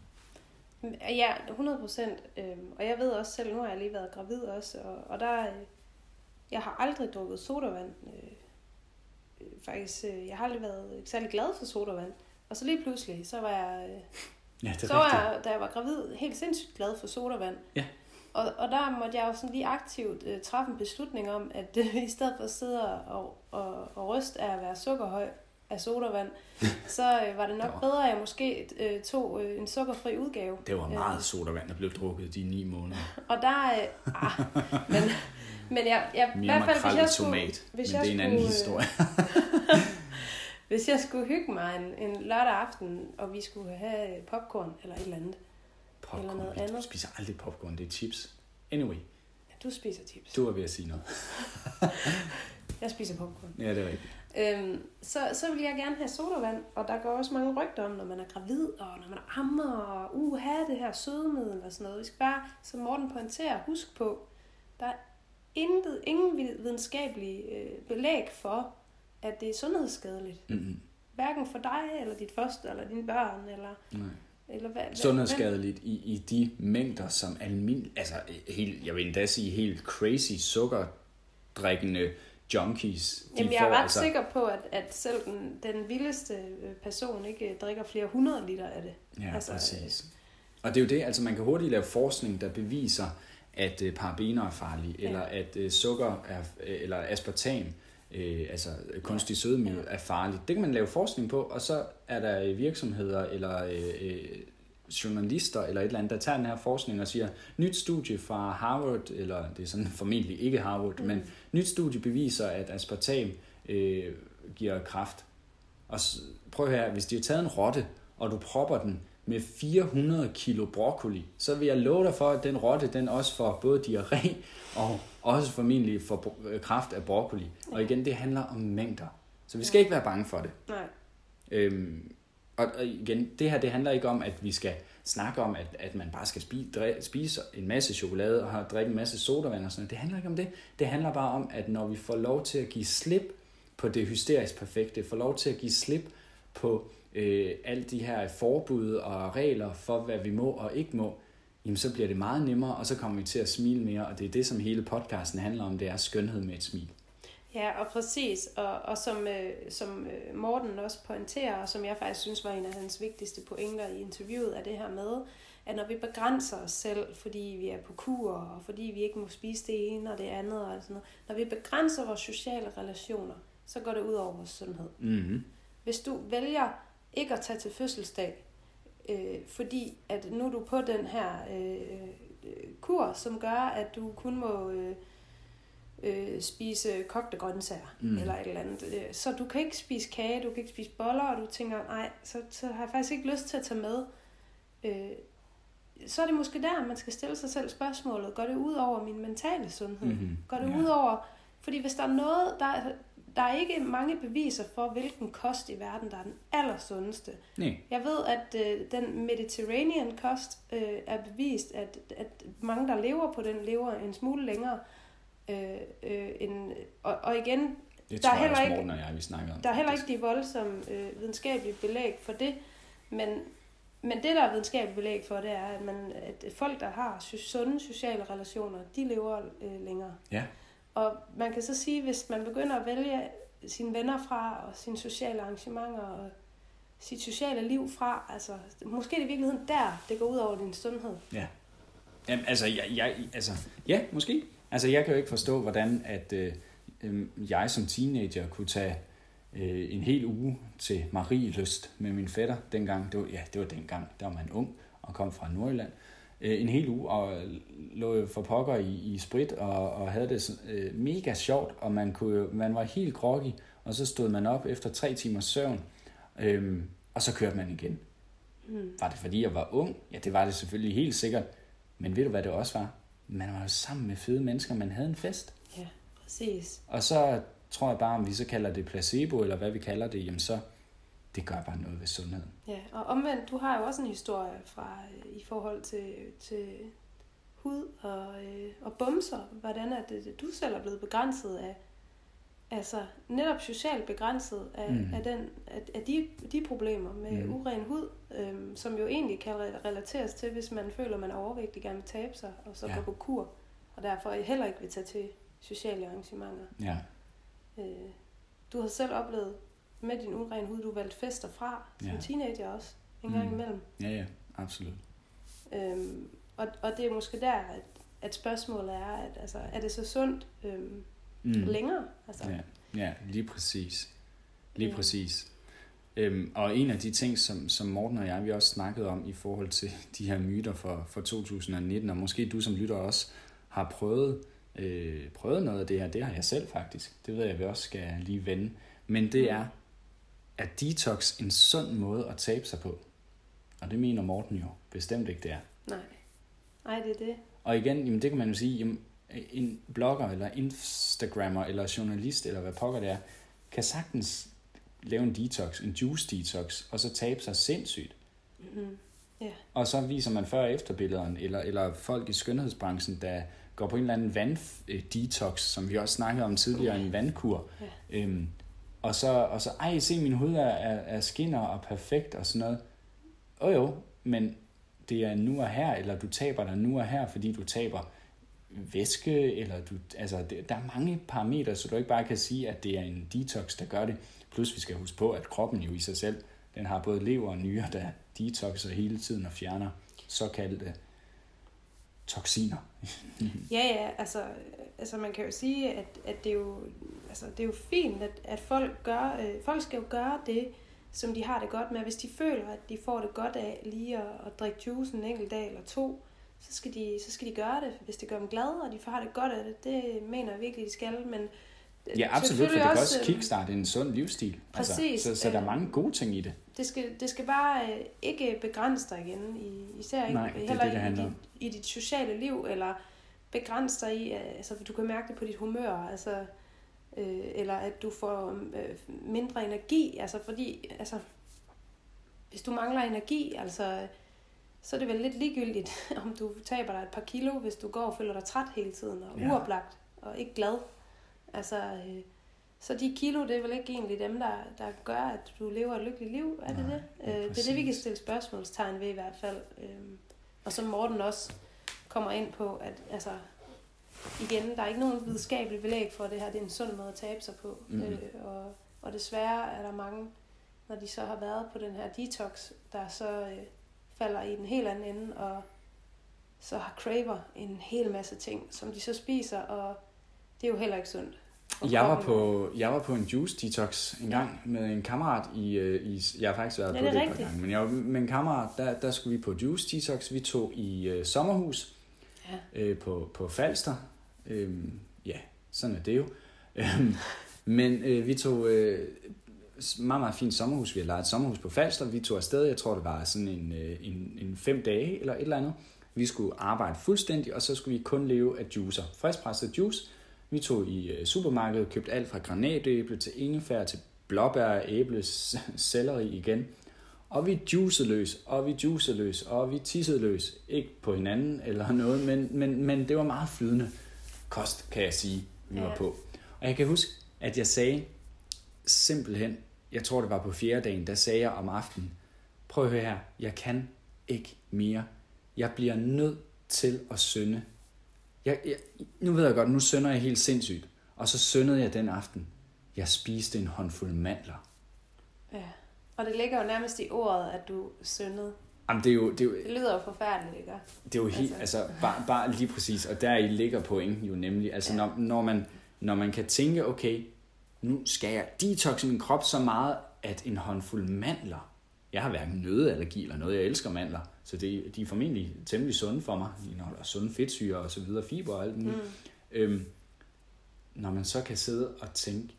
Ja, hundrede procent. Og jeg ved også selv, nu har jeg lige været gravid også, og, og der, jeg har aldrig drukket sodavand. Faktisk, jeg har aldrig været særlig glad for sodavand. Og så lige pludselig, så var jeg,
ja,
så var jeg, da jeg var gravid, helt sindssygt glad for sodavand.
Ja.
og, og der måtte jeg jo sådan lige aktivt uh, træffe en beslutning om, at uh, i stedet for at sidde og, og, og ryste af at være sukkerhøj af sodavand, så uh, var det nok det var... bedre, at jeg måske uh, tog uh, en sukkerfri udgave.
Det var meget uh, sodavand, der blev drukket de ni måneder.
Og der... Uh, ah, men, men jeg, jeg, i hvert fald, hvis jeg skulle...
Tomat,
hvis
men
jeg
det er en
skulle,
anden historie.
Hvis jeg skulle hygge mig en, en lørdag aften, og vi skulle have popcorn eller et eller andet.
Popcorn?
Eller noget
vi
andet.
spiser aldrig popcorn, det er chips. Anyway.
Ja, du spiser chips.
Du var ved at sige noget.
Jeg spiser popcorn.
Ja, det er rigtigt.
Øhm, så, så vil jeg gerne have sodavand, og der går også mange rygter om, når man er gravid, og når man ammer, og uh, have det her sødemiddel og sådan noget. Vi skal bare, som Morten pointerer, husk på, der er intet, ingen videnskabelige øh, belæg for, at det er sundhedsskadeligt.
Mm-hmm.
Hverken for dig, eller dit foster, eller dine børn, eller...
Nej.
Eller hvad,
sundhedsskadeligt i, i de mængder, som almindeligt, altså helt, jeg vil endda sige helt crazy sukkerdrikkende junkies.
Jamen, jeg er ret altså... sikker på, at, at selv den, den vildeste person ikke drikker flere hundrede liter af det.
Ja,
altså,
præcis. Og det er jo det, altså man kan hurtigt lave forskning, der beviser, at uh, parabener er farlige, ja. Eller at uh, sukker er, eller aspartam, øh, altså kunstig sødemiddel, ja. Er farligt. Det kan man lave forskning på, og så er der virksomheder eller øh, journalister eller et eller andet, der tager den her forskning og siger, nyt studie fra Harvard, eller det er sådan formentlig ikke Harvard, mm. men nyt studie beviser, at aspartam øh, giver kræft. Og prøv her, hvis de har taget en rotte, og du propper den med fire hundrede kilo broccoli, så vil jeg love dig for, at den rotte, den også får både diarré og også formentlig får kræft af broccoli. Ja. Og igen, det handler om mængder. Så vi skal ja. Ikke være bange for det.
Nej.
Øhm, og, og igen, det her, det handler ikke om, at vi skal snakke om, at, at man bare skal spise, spise en masse chokolade og drikke en masse sodavand og sådan noget. Det handler ikke om det. Det handler bare om, at når vi får lov til at give slip på det hysterisk perfekte, får lov til at give slip på øh, alle de her forbud og regler for, hvad vi må og ikke må, jamen så bliver det meget nemmere, og så kommer vi til at smile mere, og det er det, som hele podcasten handler om, det er skønhed med et smil.
Ja, og præcis, og, og som, øh, som Morten også pointerer, og som jeg faktisk synes var en af hans vigtigste pointer i interviewet, er det her med, at når vi begrænser os selv, fordi vi er på kur, og fordi vi ikke må spise det ene og det andet, og sådan noget, når vi begrænser vores sociale relationer, så går det ud over vores sundhed.
Mm-hmm.
Hvis du vælger ikke at tage til fødselsdag, øh, fordi at nu er du på den her øh, kur, som gør, at du kun må øh, øh, spise kogte grøntsager, mm. eller et eller andet. Så du kan ikke spise kage, du kan ikke spise boller, og du tænker, nej, så, så har jeg faktisk ikke lyst til at tage med. Øh, så er det måske der, man skal stille sig selv spørgsmålet, går det ud over min mentale sundhed?
Mm-hmm.
Går det
ja.
ud over... Fordi hvis der er noget, der er, der er ikke mange beviser for, hvilken kost i verden, der er den allersundeste.
Nej.
Jeg ved, at øh, den Mediterranean kost øh, er bevist, at, at mange, der lever på den, lever en smule længere. Øh, øh, end, og, og igen,
det
der er
tror
heller
jeg
ikke,
Morten og jeg, vi snakker om.
der er heller ikke de voldsomme øh, videnskabelige belæg for det, men, men det, der er videnskabelige belæg for, det er, at, man, at folk, der har sunde sociale relationer, de lever øh, længere.
Ja.
Og man kan så sige, hvis man begynder at vælge sine venner fra, og sine sociale arrangementer, og sit sociale liv fra, altså, måske er det i virkeligheden der, det går ud over din sundhed.
Ja. Jamen, altså, jeg, jeg, altså, ja, måske. Altså, jeg kan jo ikke forstå, hvordan at øh, jeg som teenager kunne tage øh, en hel uge til Marielyst med min fætter dengang. Det var, ja, det var dengang, der var man ung og kom fra Nordjylland. En hel uge og lå for pokker i, i sprit og, og havde det øh, mega sjovt, og man, kunne, man var helt groggy, og så stod man op efter tre timers søvn, øhm, og så kørte man igen. Mm. Var det fordi jeg var ung? Ja, det var det selvfølgelig helt sikkert, men ved du hvad det også var? Man var jo sammen med fede mennesker, man havde en fest.
Ja, præcis.
Og så tror jeg bare, om vi så kalder det placebo, eller hvad vi kalder det, jamen så det gør bare noget ved sundheden.
Ja, og omvendt, du har jo også en historie fra i forhold til, til hud og, øh, og bumser. Hvordan er det, du selv er blevet begrænset af, altså netop socialt begrænset af, mm. af, den, af, af de, de problemer med mm. uren hud, øh, som jo egentlig kan relateres til, hvis man føler, man er overvægtig, gerne vil tabe sig, og så ja. Går på kur, og derfor heller ikke vil tage til sociale arrangementer.
Ja.
Øh, du har selv oplevet med din uren hud, du valgte fester fra, som ja. Teenager også, en gang mm. imellem.
Ja, ja, absolut.
Øhm, og, og det er måske der, at, at spørgsmålet er, at altså, er det så sundt øhm, mm. længere? Altså.
Ja, ja, lige præcis. Lige ja. præcis. Øhm, og en af de ting, som, som Morten og jeg, vi også snakkede om i forhold til de her myter for, for to tusind nitten, og måske du som lytter også har prøvet, øh, prøvet noget af det her, det har jeg selv faktisk, det ved jeg, vi også skal lige vende, men det er, at detox en sund måde at tabe sig på? Og det mener Morten jo bestemt ikke, det er.
Nej, Nej det er det.
Og igen, jamen det kan man jo sige, jamen, en blogger, eller instagrammer, eller journalist, eller hvad pokker det er, kan sagtens lave en detox, en juice detox, og så tabe sig sindssygt.
Mm-hmm. Yeah.
Og så viser man før- og efterbillederne, eller, eller folk i skønhedsbranchen, der går på en eller anden vanddetox, som vi også snakkede om tidligere, okay. en vandkur. Yeah. Øhm, og så, og så, ej, se, min hud er, er, er skinner og perfekt og sådan noget. Åh jo, men det er nu og her, eller du taber dig nu og her, fordi du taber væske, eller du, altså, det, der er mange parametre, så du ikke bare kan sige, at det er en detox, der gør det. Plus vi skal huske på, at kroppen jo i sig selv, den har både lever og nyrer, der detoxer hele tiden og fjerner såkaldte toksiner.
ja, ja, altså, altså man kan jo sige, at, at det, er jo, altså, det er jo fint, at, at folk, gør, øh, folk skal jo gøre det, som de har det godt med. Hvis de føler, at de får det godt af lige at, at drikke juice en enkelt dag eller to, så skal, de, så skal de gøre det, hvis det gør dem glade, og de får det godt af det. Det mener jeg virkelig, de skal, men
ja, absolut, for det kan også kickstarte en sund livsstil.
Præcis.
Altså, så, så der er mange gode ting i det.
Det skal, det skal bare øh, ikke begrænse dig igen, i, især ikke,
Nej, det
heller
det, det
i, dit, i dit sociale liv, eller begrænse dig i, altså du kan mærke det på dit humør, altså, øh, eller at du får øh, mindre energi, altså fordi, altså, hvis du mangler energi, altså, så er det vel lidt ligegyldigt, om du taber dig et par kilo, hvis du går og føler dig træt hele tiden, og ja. uoplagt, og ikke glad. Altså, øh, så de kilo, det er vel ikke egentlig dem, der, der gør, at du lever et lykkeligt liv, er det
Nej,
det? Øh, det er det, vi kan stille spørgsmålstegn ved i hvert fald. Øh, og som Morten også kommer ind på, at altså, igen, der er ikke nogen videnskabelig belæg for, at det her det er en sund måde at tabe sig på. Mm-hmm. Øh, og, og desværre er der mange, når de så har været på den her detox, der så øh, falder i den helt anden ende, og så har craver en hel masse ting, som de så spiser, og det er jo heller ikke sundt.
Jeg var, på, jeg var på en juice detox en gang med en kammerat i, i jeg har faktisk været
ja,
på det,
det
et par gange, men jeg var med en kammerat, der, der skulle vi på juice detox. Vi tog i uh, sommerhus ja. øh, på, på Falster. Øhm, ja, sådan er det jo. men øh, vi tog øh, meget, meget fint sommerhus. Vi har lejet et sommerhus på Falster. Vi tog afsted, jeg tror det var sådan en, en, en fem dage eller et eller andet. Vi skulle arbejde fuldstændig, og så skulle vi kun leve af juicer. Friskpresset juice. Vi tog i supermarkedet, købte alt fra granatæble til ingefær til blåbær, æble, selleri igen. Og vi juicede løs, og vi juicede løs, og vi tissede løs. Ikke på hinanden eller noget, men, men, men det var meget flydende kost, kan jeg sige, vi var på. Og jeg kan huske, at jeg sagde simpelthen, jeg tror det var på fjerde dagen, der sagde jeg om aftenen, prøv at høre her, jeg kan ikke mere. Jeg bliver nødt til at synde. Jeg, jeg, nu ved jeg godt, nu synder jeg helt sindssygt. Og så syndede jeg den aften. Jeg spiste en håndfuld mandler.
Ja, og det ligger jo nærmest i ordet, at du syndede.
Jamen, det, er jo, det, er jo,
det lyder jo forfærdeligt, ikke?
Det er jo helt, altså, altså bare, bare lige præcis, og der i ligger pointen jo nemlig, altså ja. når, når, man, når man kan tænke, okay, nu skal jeg detoxe min krop så meget, at en håndfuld mandler, jeg har hverken nøddeallergi eller noget, jeg elsker mandler, så det, de er formentlig temmelig sunde for mig, de indeholder sunde fedtsyre og så videre, fiber og alt muligt. Mm. Øhm, når man så kan sidde og tænke,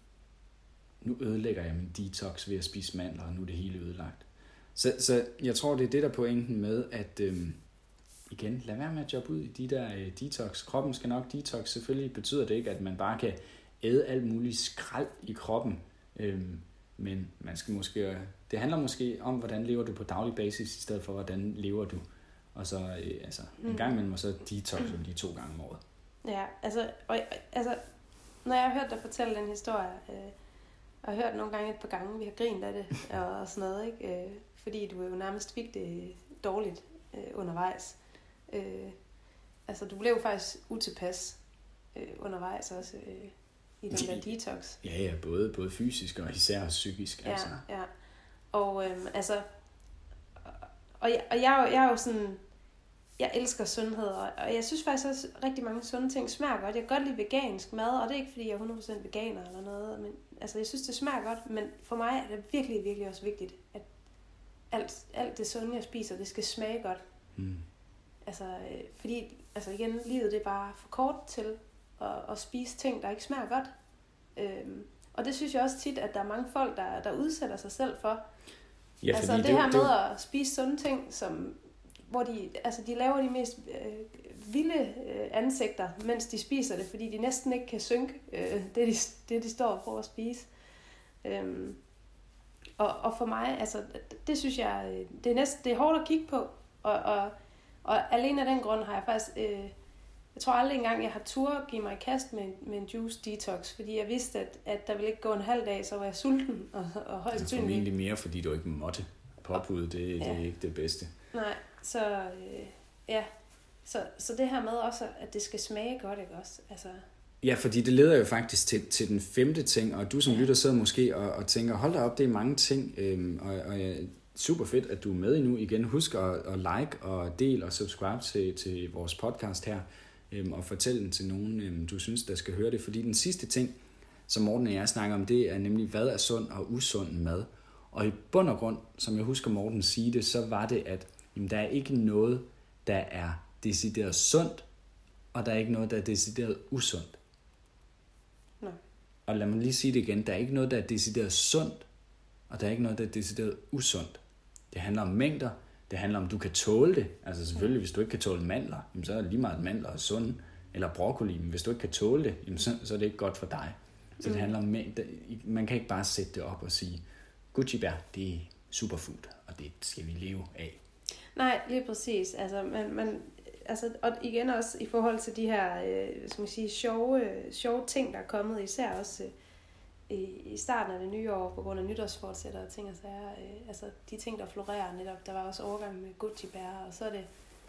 nu ødelægger jeg min detox ved at spise mandler, og nu er det hele ødelagt. Så, så jeg tror, det er det der pointen med, at øhm, igen, lad være med at jobbe ud i de der øh, detox. Kroppen skal nok detox. Selvfølgelig betyder det ikke, at man bare kan æde alt muligt skrald i kroppen. Øhm, men man skal måske, det handler måske om, hvordan lever du på daglig basis, i stedet for, hvordan lever du. Og så øh, altså, en mm. gang imellem, og så detoxer du de to gange om året.
Ja, altså, og, altså når jeg har hørt dig fortælle den historie, øh, og har hørt nogle gange et par gange, vi har grint af det, og, og sådan noget, ikke? Øh, fordi du jo nærmest fik det dårligt øh, undervejs. Øh, altså, du blev faktisk utilpas øh, undervejs også øh, i den der detox.
Ja, ja, både, både fysisk og især psykisk.
Ja,
altså.
ja. Og øh, altså, og jeg, og jeg, jeg er jo sådan jeg elsker sundhed, og jeg synes faktisk også, at rigtig mange sunde ting smager godt. Jeg kan godt lide vegansk mad, og det er ikke, fordi jeg er hundrede procent veganer eller noget, men altså, jeg synes, det smager godt, men for mig er det virkelig, virkelig også vigtigt, at alt, alt det sunde, jeg spiser, det skal smage godt. Mm. Altså, øh, fordi, altså igen, livet det er bare for kort til at, at spise ting, der ikke smager godt. Øhm, og det synes jeg også tit, at der er mange folk, der, der udsætter sig selv for. Ja, altså det, det her det, med det... at spise sunde ting, som, hvor de, altså, de laver de mest øh, vilde øh, ansigter, mens de spiser det, fordi de næsten ikke kan synke øh, det, de, det, de står for at spise. Øhm, og, og for mig, altså, det synes jeg, det er næsten, det er hårdt at kigge på, og, og, og alene af den grund har jeg faktisk, øh, jeg tror aldrig engang, jeg har tur give mig i kast med, med en juice detox, fordi jeg vidste, at, at der ville ikke gå en halv dag, så var jeg sulten, og, og højst sandsynligt.
Det er formentlig mere, fordi du ikke måtte påbud, det, ja. det er ikke det bedste.
Nej, så øh, ja, så, så det her med også, at det skal smage godt, ikke også? Altså...
Ja, fordi det leder jo faktisk til, til den femte ting, og du som lytter sidder måske og, og tænker, hold da op, det er mange ting, øhm, og, og ja, super fedt, at du er med endnu igen. Husk at, at like og del og subscribe til, til vores podcast her, øhm, og fortæl den til nogen, øhm, du synes, der skal høre det, fordi den sidste ting, som Morten og jeg snakker om, det er nemlig, hvad er sund og usund mad. Og i bund og grund, som jeg husker Morten sige det, så var det, at jamen, der er ikke noget, der er decideret sundt, og der er ikke noget, der er decideret usundt.
Nej.
Og lad mig lige sige det igen, der er ikke noget, der er decideret sundt, og der er ikke noget, der er decideret usundt. Det handler om mængder, det handler om, du kan tåle det. Altså selvfølgelig, hvis du ikke kan tåle mandler, jamen, så er det lige meget, at mandler er sunde, eller broccoli, men hvis du ikke kan tåle det, jamen, så, så er det ikke godt for dig. Så det handler om mængder. Man kan ikke bare sætte det op og sige, Gucci-bær, det er superfood, og det skal vi leve af.
Nej, lige præcis. Altså, man, man, altså, og igen også i forhold til de her øh, skal man sige, sjove, sjove ting, der er kommet, især også øh, i starten af det nye år, på grund af nytårsfortsætter og ting og sager. Øh, altså de ting, der florerer netop. Der var også overgang med Gucci-bær, og så er det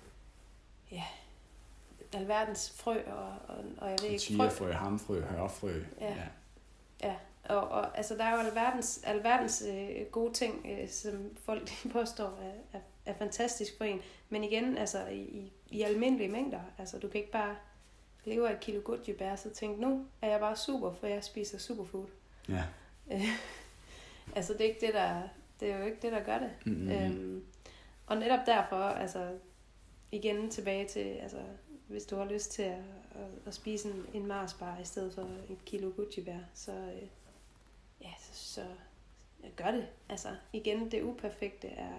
ja, alverdens frø, og, og, og jeg ved ikke...
Chiafrø, hamfrø, hørfrø.
Ja, ja. ja. Og, og altså, der er jo alverdens, alverdens øh, gode ting, øh, som folk påstår er, er, er fantastisk for en. Men igen, altså i, i, i almindelige mængder. Altså, du kan ikke bare leve af et kilo Gucci-bær, så tænke, nu er jeg bare super, for jeg spiser superfood.
Ja.
altså, det er, ikke det, der, det er jo ikke det, der gør det.
Mm-hmm.
Øhm, og netop derfor, altså, igen tilbage til, altså, hvis du har lyst til at, at, at spise en, en Mars-bar i stedet for et kilo Gucci-bær, så... Øh, ja, så, så gør det. Altså, igen, det uperfekte er,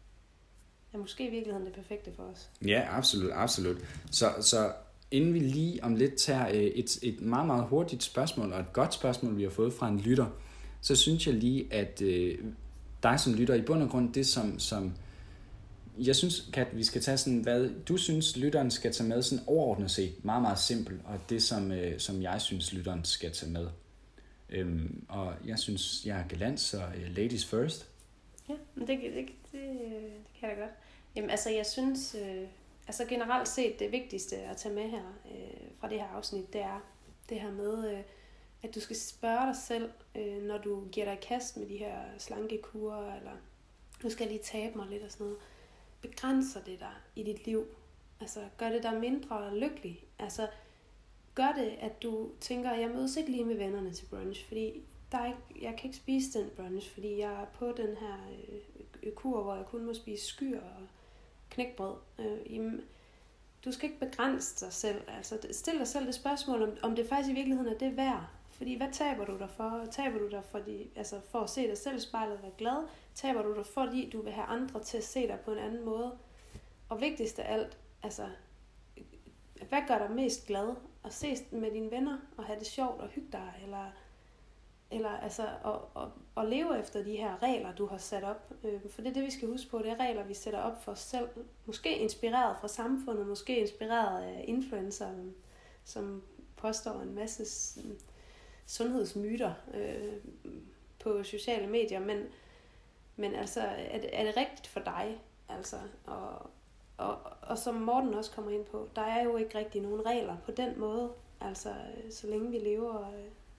er måske i virkeligheden det perfekte for os.
Ja, absolut, absolut. Så, så inden vi lige om lidt tager et, et meget, meget hurtigt spørgsmål, og et godt spørgsmål, vi har fået fra en lytter, så synes jeg lige, at øh, dig som lytter, i bund og grund, det som, som jeg synes, Kat, vi skal tage sådan, hvad du synes, lytteren skal tage med, sådan overordnet set, meget, meget simpelt, og det, som, øh, som jeg synes, lytteren skal tage med. Øhm, og jeg synes, jeg er galant, så uh, ladies first.
Ja, men det, det, det, det kan jeg da godt. Jamen, altså, jeg synes, øh, altså generelt set, det vigtigste at tage med her, øh, fra det her afsnit, det er det her med, øh, at du skal spørge dig selv, øh, når du giver dig i kast med de her slankekurer, eller nu skal jeg lige tabe mig lidt og sådan noget. Begrænser det dig i dit liv? Altså, gør det dig mindre lykkelig? Altså, gør det, at du tænker, jeg mødes ikke lige med vennerne til brunch, fordi der er ikke, jeg kan ikke spise den brunch, fordi jeg er på den her øh, kur, hvor jeg kun må spise skyr og knækbrød. Øh, jamen, du skal ikke begrænse dig selv. Altså, stil dig selv det spørgsmål, om, om det faktisk i virkeligheden er det værd. Fordi hvad taber du dig for? Taber du dig for, de, altså for at se dig selv i spejlet og være glad? Taber du dig fordi du vil have andre til at se dig på en anden måde? Og vigtigst af alt, altså, hvad gør dig mest glad? At ses med dine venner og have det sjovt og hygge dig, eller, eller altså at, at, at leve efter de her regler, du har sat op. For det er det, vi skal huske på. Det er regler, vi sætter op for os selv. Måske inspireret fra samfundet, måske inspireret af influencer, som påstår en masse sundhedsmyter øh, på sociale medier. Men, men altså, er det, er det rigtigt for dig? Altså, og, Og, og som Morten også kommer ind på, der er jo ikke rigtig nogen regler på den måde, altså så længe vi lever,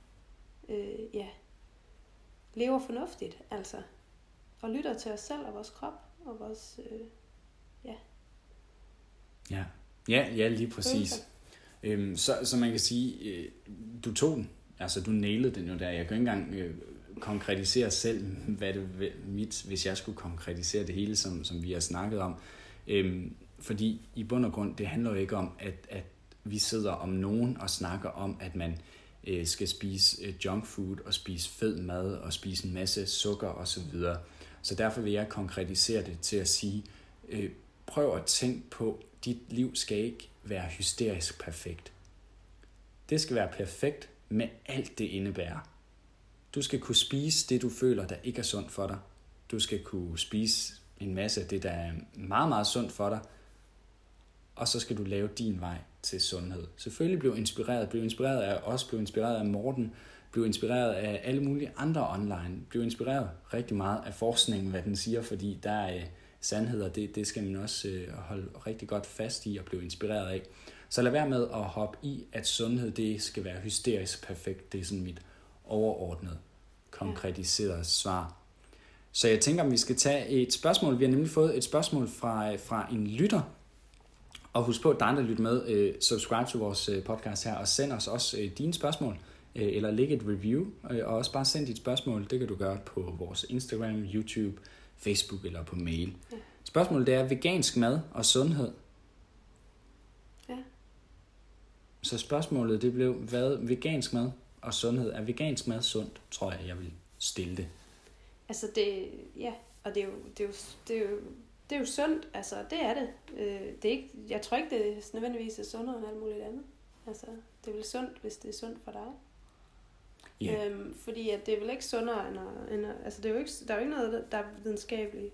øh, ja, lever fornuftigt, altså, og lytter til os selv og vores krop og vores, øh, ja.
Ja, ja, ja lige præcis. Øhm, så, så man kan sige, øh, du tog den, altså du nailede den jo der. Jeg kan ikke engang øh, konkretisere selv, hvad det mit, hvis jeg skulle konkretisere det hele, som, som vi har snakket om. Øhm, fordi i bund og grund, det handler jo ikke om, at, at vi sidder om nogen og snakker om, at man øh, skal spise øh, junk food og spise fed mad og spise en masse sukker osv. Så, så derfor vil jeg konkretisere det til at sige, øh, prøv at tænke på, dit liv skal ikke være hysterisk perfekt. Det skal være perfekt med alt det indebærer. Du skal kunne spise det, du føler, der ikke er sundt for dig. Du skal kunne spise en masse af det, der er meget, meget sundt for dig. Og så skal du lave din vej til sundhed. Selvfølgelig bliv inspireret. Bliv inspireret af os, bliv inspireret af Morten, bliv inspireret af alle mulige andre online. Bliv inspireret rigtig meget af forskningen, hvad den siger, fordi der er sandheder, det, det skal man også øh, holde rigtig godt fast i og blive inspireret af. Så lad være med at hoppe i, at sundhed, det skal være hysterisk perfekt. Det er sådan mit overordnede, konkretiserede svar. Så jeg tænker, om vi skal tage et spørgsmål. Vi har nemlig fået et spørgsmål fra, fra en lytter. Og husk på, at dig, der lytter med, øh, subscribe til vores podcast her, og send os også øh, dine spørgsmål, øh, eller læg et review, øh, og også bare send dit spørgsmål. Det kan du gøre på vores Instagram, YouTube, Facebook eller på mail. Ja. Spørgsmålet det er vegansk mad og sundhed.
Ja.
Så spørgsmålet det blev, hvad vegansk mad og sundhed? Er vegansk mad sundt, tror jeg, jeg vil stille det.
Altså det, ja, og det er jo, det er jo, det er jo, det er jo sundt, altså det er det. det er ikke, jeg tror ikke, det er nødvendigvis er sundere end alt muligt andet. Altså det er vel sundt, hvis det er sundt for dig. Yeah. Øhm, fordi at det er vel ikke sundere end at, end at, altså det er jo ikke, der er jo ikke noget, der er videnskabeligt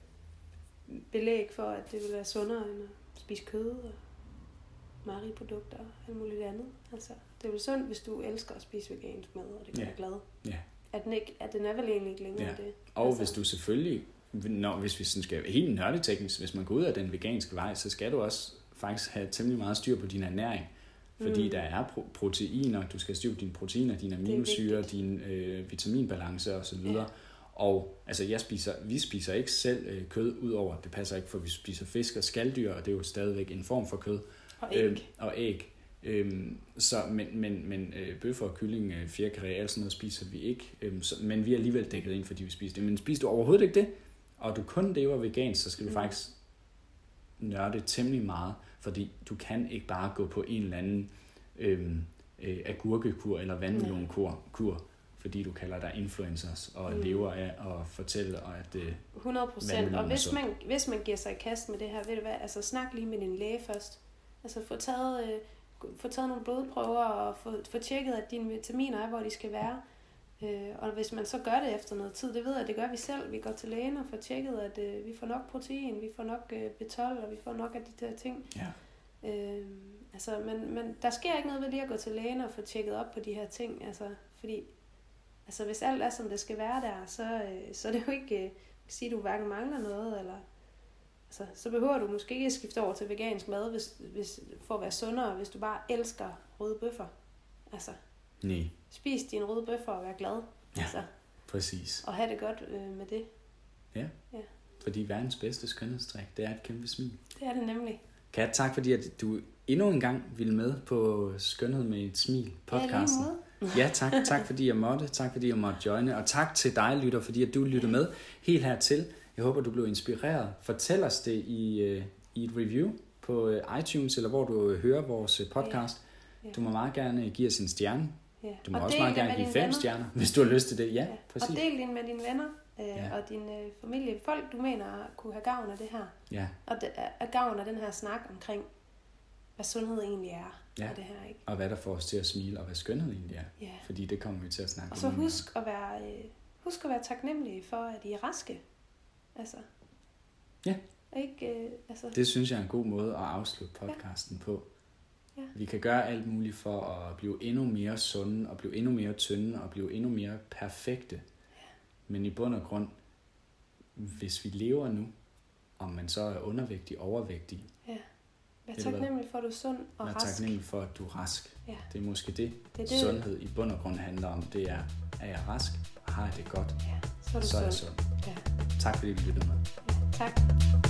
belæg for, at det vil være sundere end at spise kød og mejeriprodukter og alt muligt andet. Altså det er vel sundt, hvis du elsker at spise vegansk mad, og det gør yeah. dig glad.
Yeah.
At den, ikke, at den er vel egentlig ikke længere yeah. det.
Og
altså.
Hvis du selvfølgelig, når, hvis vi sådan skal være helt nørdeteknisk, hvis man går ud af den veganske vej, så skal du også faktisk have temmelig meget styr på din ernæring. Fordi mm. der er pro- proteiner, du skal styre på dine proteiner, dine aminosyre, din øh, vitaminbalance osv. Ja. Og altså, jeg spiser, vi spiser ikke selv øh, kød, udover det passer ikke, for vi spiser fisk og skaldyr, og det er jo stadigvæk en form for kød.
Og æg.
Øhm, og æg. Øhm, så, men men, men øh, bøffer, kylling, øh, fjerkræ, alt sådan noget spiser vi ikke. Øhm, så, men vi er alligevel dækket ind, fordi vi spiser det. Men spiser du overhovedet ikke det, og du kun lever vegansk, så skal du mm. faktisk nørde temmelig meget. Fordi du kan ikke bare gå på en eller anden øhm, øh, agurkekur eller vandmelonkur, kur, fordi du kalder dig influencers og mm. lever af at fortælle, at øh,
hundrede procent. Og hvis man, hvis man giver sig i kast med det her, ved du hvad, altså snak lige med din læge først. Altså få taget, øh, få taget nogle blodprøver og få, få tjekket, at dine vitaminer er, hvor de skal være. Øh, og hvis man så gør det efter noget tid, det ved jeg, det gør vi selv. Vi går til lægen og får tjekket, at øh, vi får nok protein, vi får nok øh, B tolv, og vi får nok af de der ting.
Ja.
Øh, altså, men, men der sker ikke noget ved lige at gå til lægen og få tjekket op på de her ting. Altså, fordi altså, hvis alt er, som det skal være der, så, øh, så er det jo ikke øh, at sige, at du hverken mangler noget, eller altså, så behøver du måske ikke at skifte over til vegansk mad, hvis, hvis, for at være sundere, hvis du bare elsker røde bøffer. Altså,
nej.
Spis dine røde bøffer og vær glad.
Ja,
altså,
præcis.
Og have det godt øh, med det.
Ja.
ja,
fordi verdens bedste skønhedstrik, det er et kæmpe smil.
Det er det nemlig.
Kat, tak fordi at du endnu en gang ville med på Skønhed med et smil podcasten.
Ja,
ja, tak. Tak fordi jeg måtte. Tak fordi jeg måtte joine. Og tak til dig, lytter, fordi at du lytter med helt hertil. Jeg håber, du blev inspireret. Fortæl os det i, uh, i et review på uh, iTunes, eller hvor du hører vores podcast. Ja. Ja. Du må meget gerne give os en stjerne.
Ja.
Du må
og
også meget gerne give fem venner. Stjerner, hvis du har lyst til det. Ja,
ja.
præcis.
Og del den med dine venner øh,
ja.
og din øh, familie. Folk, du mener, kunne have gavn af det her.
Ja.
Og det, af gavn af den her snak omkring, hvad sundhed egentlig er.
Ja.
Og, det her, ikke?
Og hvad der får os til at smile, og hvad skønhed egentlig er.
Ja.
Fordi det kommer vi til at snakke om.
Og så husk at, være, øh, husk at være taknemmelige for, at I er raske. Altså.
Ja.
Ikke, øh, altså.
Det synes jeg er en god måde at afslutte podcasten ja. på.
Ja.
Vi kan gøre alt muligt for at blive endnu mere sunde, og blive endnu mere tynde, og blive endnu mere perfekte.
Ja.
Men i bund og grund, hvis vi lever nu, om man så er undervægtig, overvægtig.
Ja. Vær taknemmelig for, at du er sund og
Vær
rask.
Vær taknemmelig for, at du er rask.
Ja.
Det er måske det,
det, er det,
sundhed i bund og grund handler om. Det er, er jeg rask, og har jeg det godt,
ja. så er, du
så er jeg
sund.
sund.
Ja.
Tak fordi du lyttede med.
Ja. Tak.